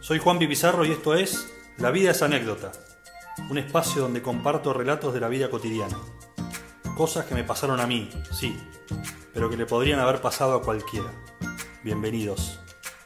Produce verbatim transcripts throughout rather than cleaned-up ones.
Soy Juan Pizarro y esto es La vida es anécdota, un espacio donde comparto relatos de la vida cotidiana. Cosas que me pasaron a mí, sí, pero que le podrían haber pasado a cualquiera. Bienvenidos.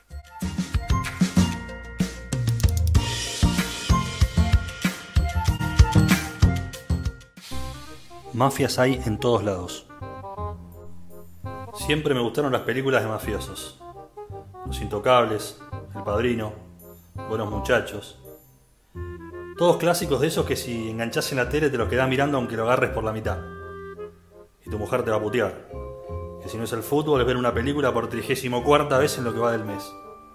Mafias hay en todos lados. Siempre me gustaron las películas de mafiosos. Los Intocables, El Padrino, Buenos Muchachos. Todos clásicos de esos que si enganchás en la tele te los quedás mirando aunque lo agarres por la mitad. Y tu mujer te va a putear. Que si no es el fútbol es ver una película por trigésimo cuarta vez en lo que va del mes.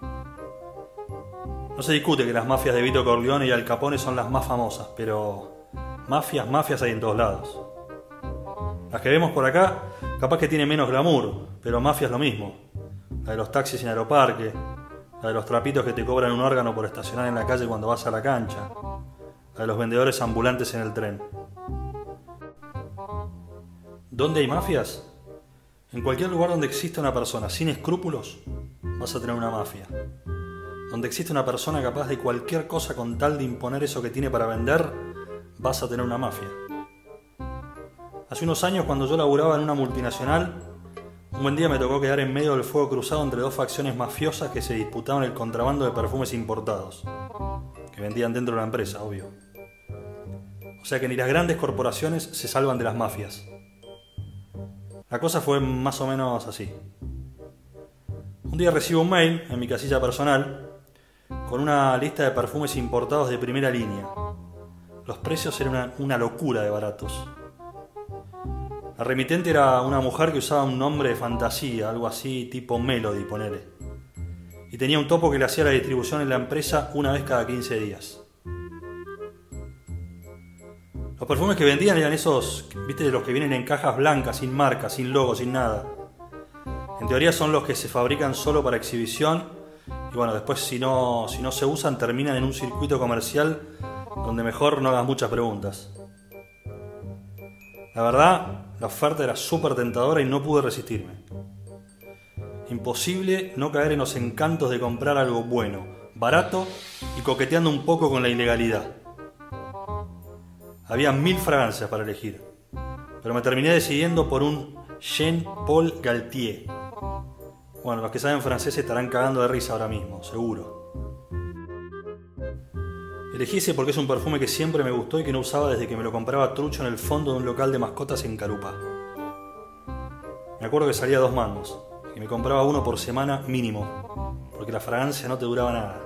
No se discute que las mafias de Vito Corleone y Al Capone son las más famosas, pero mafias, mafias hay en todos lados. Las que vemos por acá, capaz que tiene menos glamour, pero mafia es lo mismo. La de los taxis en Aeroparque, la de los trapitos que te cobran un órgano por estacionar en la calle cuando vas a la cancha, la de los vendedores ambulantes en el tren. ¿Dónde hay mafias? En cualquier lugar donde exista una persona sin escrúpulos, vas a tener una mafia. Donde existe una persona capaz de cualquier cosa con tal de imponer eso que tiene para vender, vas a tener una mafia. Hace unos años, cuando yo laburaba en una multinacional, un buen día me tocó quedar en medio del fuego cruzado entre dos facciones mafiosas que se disputaban el contrabando de perfumes importados, que vendían dentro de la empresa, obvio. O sea que ni las grandes corporaciones se salvan de las mafias. La cosa fue más o menos así. Un día recibo un mail en mi casilla personal con una lista de perfumes importados de primera línea. Los precios eran una, una locura de baratos. La remitente era una mujer que usaba un nombre de fantasía, algo así tipo Melody, ponele. Y tenía un topo que le hacía la distribución en la empresa una vez cada quince días. Los perfumes que vendían eran esos, viste, de los que vienen en cajas blancas, sin marca, sin logo, sin nada. En teoría son los que se fabrican solo para exhibición y bueno, después si no, si no se usan terminan en un circuito comercial donde mejor no hagas muchas preguntas. La verdad, la oferta era súper tentadora y no pude resistirme. Imposible no caer en los encantos de comprar algo bueno, barato y coqueteando un poco con la ilegalidad. Había mil fragancias para elegir, pero me terminé decidiendo por un Jean Paul Gaultier. Bueno, los que saben francés se estarán cagando de risa ahora mismo, seguro. Elegí ese porque es un perfume que siempre me gustó y que no usaba desde que me lo compraba trucho en el fondo de un local de mascotas en Carupá. Me acuerdo que salía dos mangos y me compraba uno por semana mínimo, porque la fragancia no te duraba nada.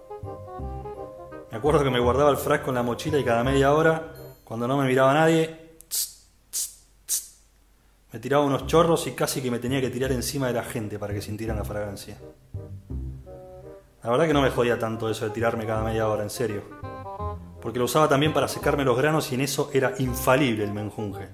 Me acuerdo que me guardaba el frasco en la mochila y cada media hora, cuando no me miraba nadie, tss, tss, tss, me tiraba unos chorros y casi que me tenía que tirar encima de la gente para que sintieran la fragancia. La verdad que no me jodía tanto eso de tirarme cada media hora, en serio. Porque lo usaba también para secarme los granos y en eso era infalible el menjunje.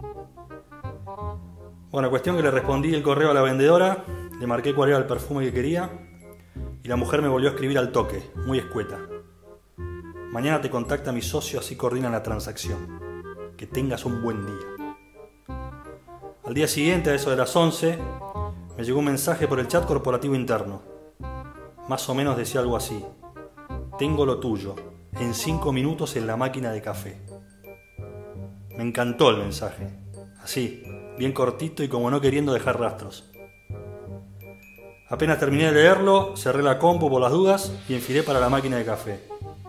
Bueno, cuestión que le respondí el correo a la vendedora, le marqué cuál era el perfume que quería y la mujer me volvió a escribir al toque, muy escueta. Mañana te contacta mi socio, así coordinan la transacción. Que tengas un buen día. Al día siguiente, a eso de las once, me llegó un mensaje por el chat corporativo interno. Más o menos decía algo así: tengo lo tuyo, en cinco minutos en la máquina de café. Me encantó el mensaje, así, bien cortito y como no queriendo dejar rastros. Apenas terminé de leerlo, cerré la compu por las dudas y enfilé para la máquina de café.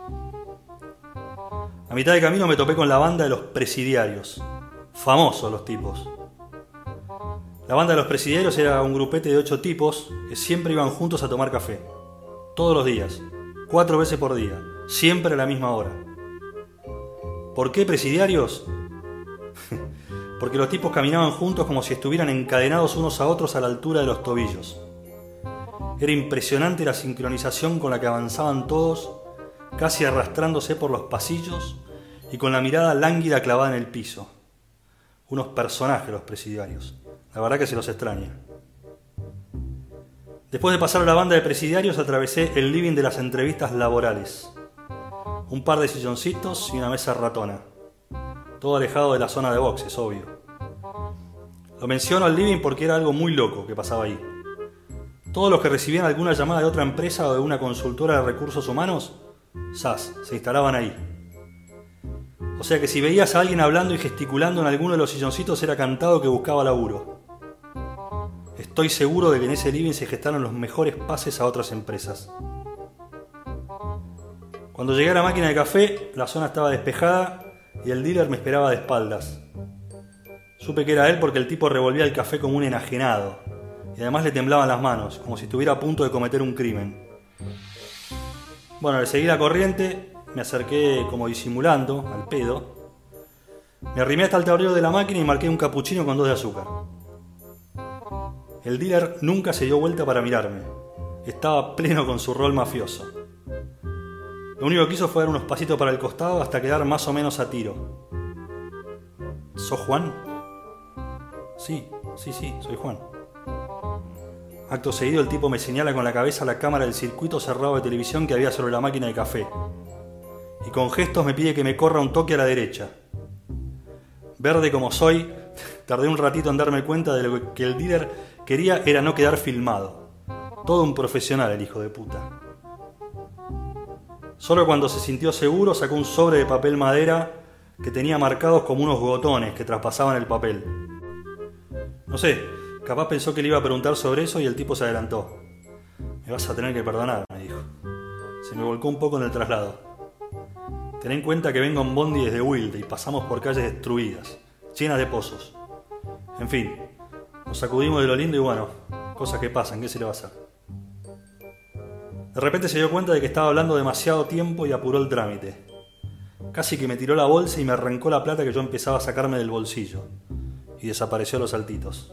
A mitad de camino me topé con la banda de los presidiarios, famosos los tipos. La banda de los presidiarios era un grupete de ocho tipos que siempre iban juntos a tomar café. Todos los días, cuatro veces por día, siempre a la misma hora. ¿Por qué presidiarios? Porque los tipos caminaban juntos como si estuvieran encadenados unos a otros a la altura de los tobillos. Era impresionante la sincronización con la que avanzaban todos, casi arrastrándose por los pasillos y con la mirada lánguida clavada en el piso. Unos personajes los presidiarios. La verdad que se los extraña. Después de pasar a la banda de presidiarios, atravesé el living de las entrevistas laborales. Un par de silloncitos y una mesa ratona. Todo alejado de la zona de boxes, obvio. Lo menciono al living porque era algo muy loco que pasaba ahí. Todos los que recibían alguna llamada de otra empresa o de una consultora de recursos humanos, zas, se instalaban ahí. O sea que si veías a alguien hablando y gesticulando en alguno de los silloncitos era cantado que buscaba laburo. Estoy seguro de que en ese living se gestaron los mejores pases a otras empresas. Cuando llegué a la máquina de café, la zona estaba despejada y el dealer me esperaba de espaldas. Supe que era él porque el tipo revolvía el café como un enajenado y además le temblaban las manos, como si estuviera a punto de cometer un crimen. Bueno, le seguí la corriente, me acerqué como disimulando, al pedo. Me arrimé hasta el tablero de la máquina y marqué un capuchino con dos de azúcar. El dealer nunca se dio vuelta para mirarme. Estaba pleno con su rol mafioso. Lo único que hizo fue dar unos pasitos para el costado hasta quedar más o menos a tiro. ¿Sos Juan? Sí, sí, sí, soy Juan. Acto seguido el tipo me señala con la cabeza la cámara del circuito cerrado de televisión que había sobre la máquina de café. Y con gestos me pide que me corra un toque a la derecha. Verde como soy, tardé un ratito en darme cuenta de lo que el dealer quería era no quedar filmado. Todo un profesional el hijo de puta. Solo cuando se sintió seguro sacó un sobre de papel madera que tenía marcados como unos gotones que traspasaban el papel. No sé, capaz pensó que le iba a preguntar sobre eso y el tipo se adelantó. Me vas a tener que perdonar, me dijo. Se me volcó un poco en el traslado. Ten en cuenta que vengo en bondi desde Wilde y pasamos por calles destruidas, llenas de pozos. En fin, nos sacudimos de lo lindo y bueno, cosas que pasan, ¿qué se le va a hacer? De repente se dio cuenta de que estaba hablando demasiado tiempo y apuró el trámite. Casi que me tiró la bolsa y me arrancó la plata que yo empezaba a sacarme del bolsillo. Y desapareció a los saltitos.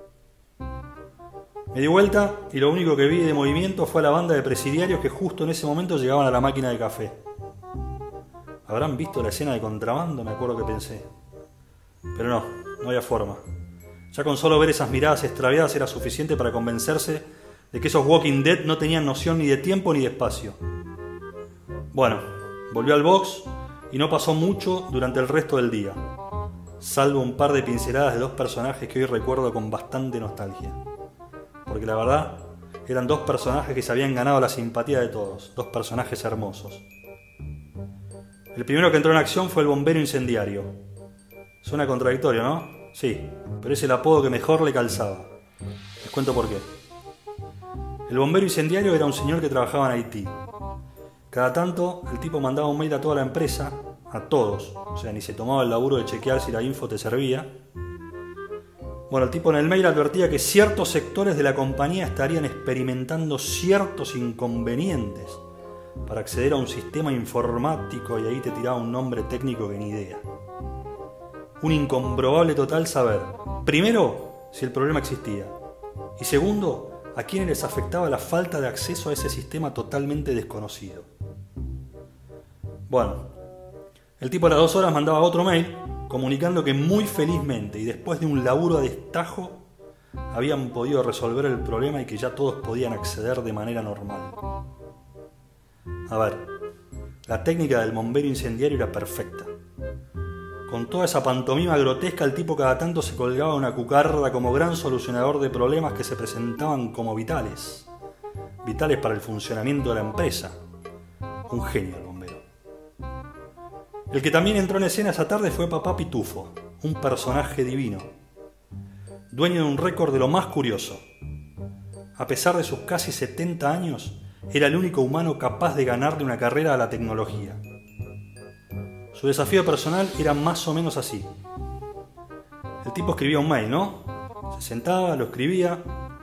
Me di vuelta y lo único que vi de movimiento fue a la banda de presidiarios que justo en ese momento llegaban a la máquina de café. ¿Habrán visto la escena de contrabando? Me acuerdo que pensé. Pero no, no había forma. Ya con solo ver esas miradas extraviadas era suficiente para convencerse de que esos Walking Dead no tenían noción ni de tiempo ni de espacio. Bueno, volvió al box y no pasó mucho durante el resto del día, salvo un par de pinceladas de dos personajes que hoy recuerdo con bastante nostalgia. Porque la verdad, eran dos personajes que se habían ganado la simpatía de todos, dos personajes hermosos. El primero que entró en acción fue el bombero incendiario. Suena contradictorio, ¿no? Sí, pero es el apodo que mejor le calzaba. Les cuento por qué. El bombero incendiario era un señor que trabajaba en Haití. Cada tanto, el tipo mandaba un mail a toda la empresa, a todos, o sea, ni se tomaba el laburo de chequear si la info te servía. Bueno, el tipo en el mail advertía que ciertos sectores de la compañía estarían experimentando ciertos inconvenientes para acceder a un sistema informático y ahí te tiraba un nombre técnico que ni idea. Un incomprobable total saber, primero, si el problema existía, y segundo, a quienes les afectaba la falta de acceso a ese sistema totalmente desconocido. Bueno, el tipo a las dos horas mandaba otro mail comunicando que muy felizmente y después de un laburo a destajo habían podido resolver el problema y que ya todos podían acceder de manera normal. A ver, la técnica del bombero incendiario era perfecta. Con toda esa pantomima grotesca, el tipo cada tanto se colgaba una cucarda como gran solucionador de problemas que se presentaban como vitales. Vitales para el funcionamiento de la empresa. Un genio el bombero. El que también entró en escena esa tarde fue Papá Pitufo, un personaje divino. Dueño de un récord de lo más curioso. A pesar de sus casi setenta años, era el único humano capaz de ganarle una carrera a la tecnología. Su desafío personal era más o menos así. El tipo escribía un mail, ¿no? Se sentaba, lo escribía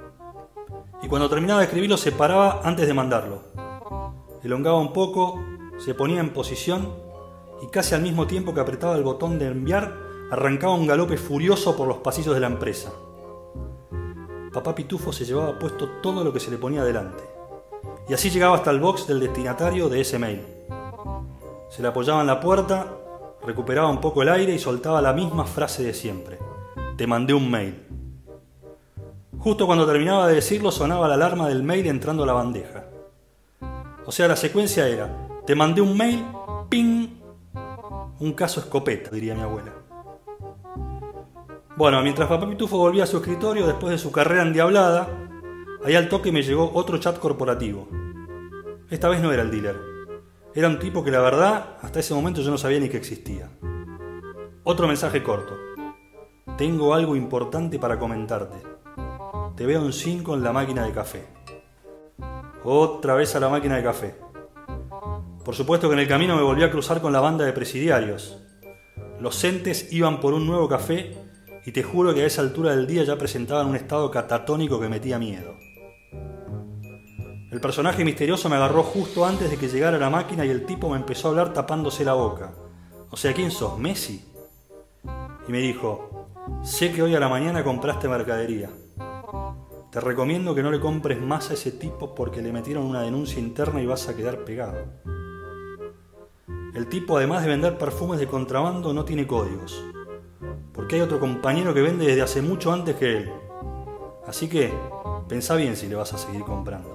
y cuando terminaba de escribirlo se paraba antes de mandarlo. Elongaba un poco, se ponía en posición y casi al mismo tiempo que apretaba el botón de enviar, arrancaba un galope furioso por los pasillos de la empresa. Papá Pitufo se llevaba puesto todo lo que se le ponía delante y así llegaba hasta el box del destinatario de ese mail. Se le apoyaba en la puerta, recuperaba un poco el aire y soltaba la misma frase de siempre. Te mandé un mail. Justo cuando terminaba de decirlo sonaba la alarma del mail entrando a la bandeja. O sea, la secuencia era, te mandé un mail, ping, un caso escopeta, diría mi abuela. Bueno, mientras Papá Pitufo volvía a su escritorio después de su carrera endiablada, Ahí al toque me llegó otro chat corporativo. Esta vez no era el dealer. Era un tipo que la verdad, hasta ese momento yo no sabía ni que existía. Otro mensaje corto. Tengo algo importante para comentarte. Te veo en cinco en la máquina de café. Otra vez a la máquina de café. Por supuesto que en el camino me volví a cruzar con la banda de presidiarios. Los entes iban por un nuevo café y te juro que a esa altura del día ya presentaban un estado catatónico que metía miedo. El personaje misterioso me agarró justo antes de que llegara a la máquina y el tipo me empezó a hablar tapándose la boca. O sea, ¿quién sos? ¿Messi? Y me dijo, sé que hoy a la mañana compraste mercadería. Te recomiendo que no le compres más a ese tipo porque le metieron una denuncia interna y vas a quedar pegado. El tipo, además de vender perfumes de contrabando, no tiene códigos. Porque hay otro compañero que vende desde hace mucho antes que él. Así que, pensá bien si le vas a seguir comprando.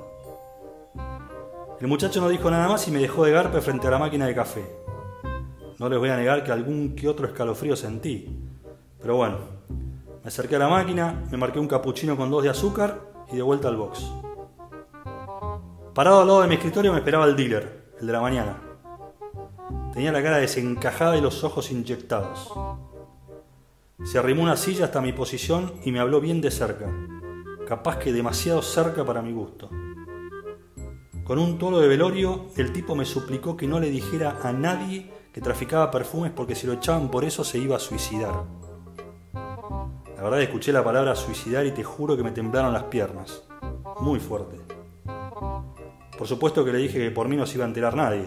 El muchacho no dijo nada más y me dejó de garpe frente a la máquina de café. No les voy a negar que algún que otro escalofrío sentí. Pero bueno, me acerqué a la máquina, me marqué un capuchino con dos de azúcar y de vuelta al box. Parado al lado de mi escritorio me esperaba el dealer, el de la mañana. Tenía la cara desencajada y los ojos inyectados. Se arrimó una silla hasta mi posición y me habló bien de cerca, capaz que demasiado cerca para mi gusto. Con un tono de velorio, el tipo me suplicó que no le dijera a nadie que traficaba perfumes porque si lo echaban por eso se iba a suicidar. La verdad escuché la palabra suicidar y te juro que me temblaron las piernas. Muy fuerte. Por supuesto que le dije que por mí no se iba a enterar nadie.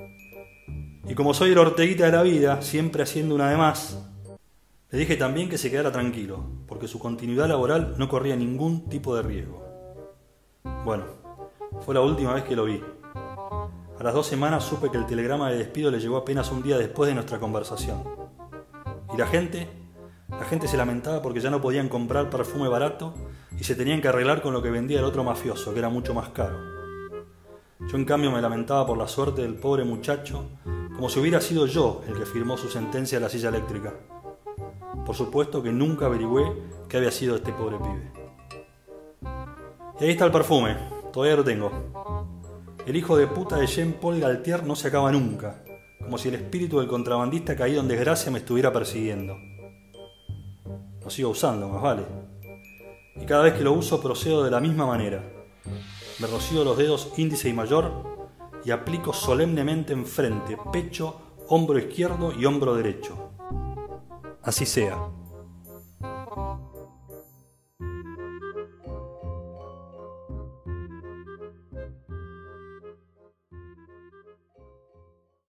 Y como soy el Orteguita de la vida, siempre haciendo una de más, le dije también que se quedara tranquilo, porque su continuidad laboral no corría ningún tipo de riesgo. Bueno, fue la última vez que lo vi. A las dos semanas supe que el telegrama de despido le llegó apenas un día después de nuestra conversación. ¿Y la gente? La gente se lamentaba porque ya no podían comprar perfume barato y se tenían que arreglar con lo que vendía el otro mafioso, que era mucho más caro. Yo en cambio me lamentaba por la suerte del pobre muchacho, como si hubiera sido yo el que firmó su sentencia a la silla eléctrica. Por supuesto que nunca averigüé qué había sido de este pobre pibe. Y ahí está el perfume, todavía lo tengo. El hijo de puta de Jean-Paul Gaultier no se acaba nunca, como si el espíritu del contrabandista caído en desgracia me estuviera persiguiendo. Lo sigo usando, más vale. Y cada vez que lo uso procedo de la misma manera. Me rocío los dedos índice y mayor y aplico solemnemente en frente, pecho, hombro izquierdo y hombro derecho. Así sea.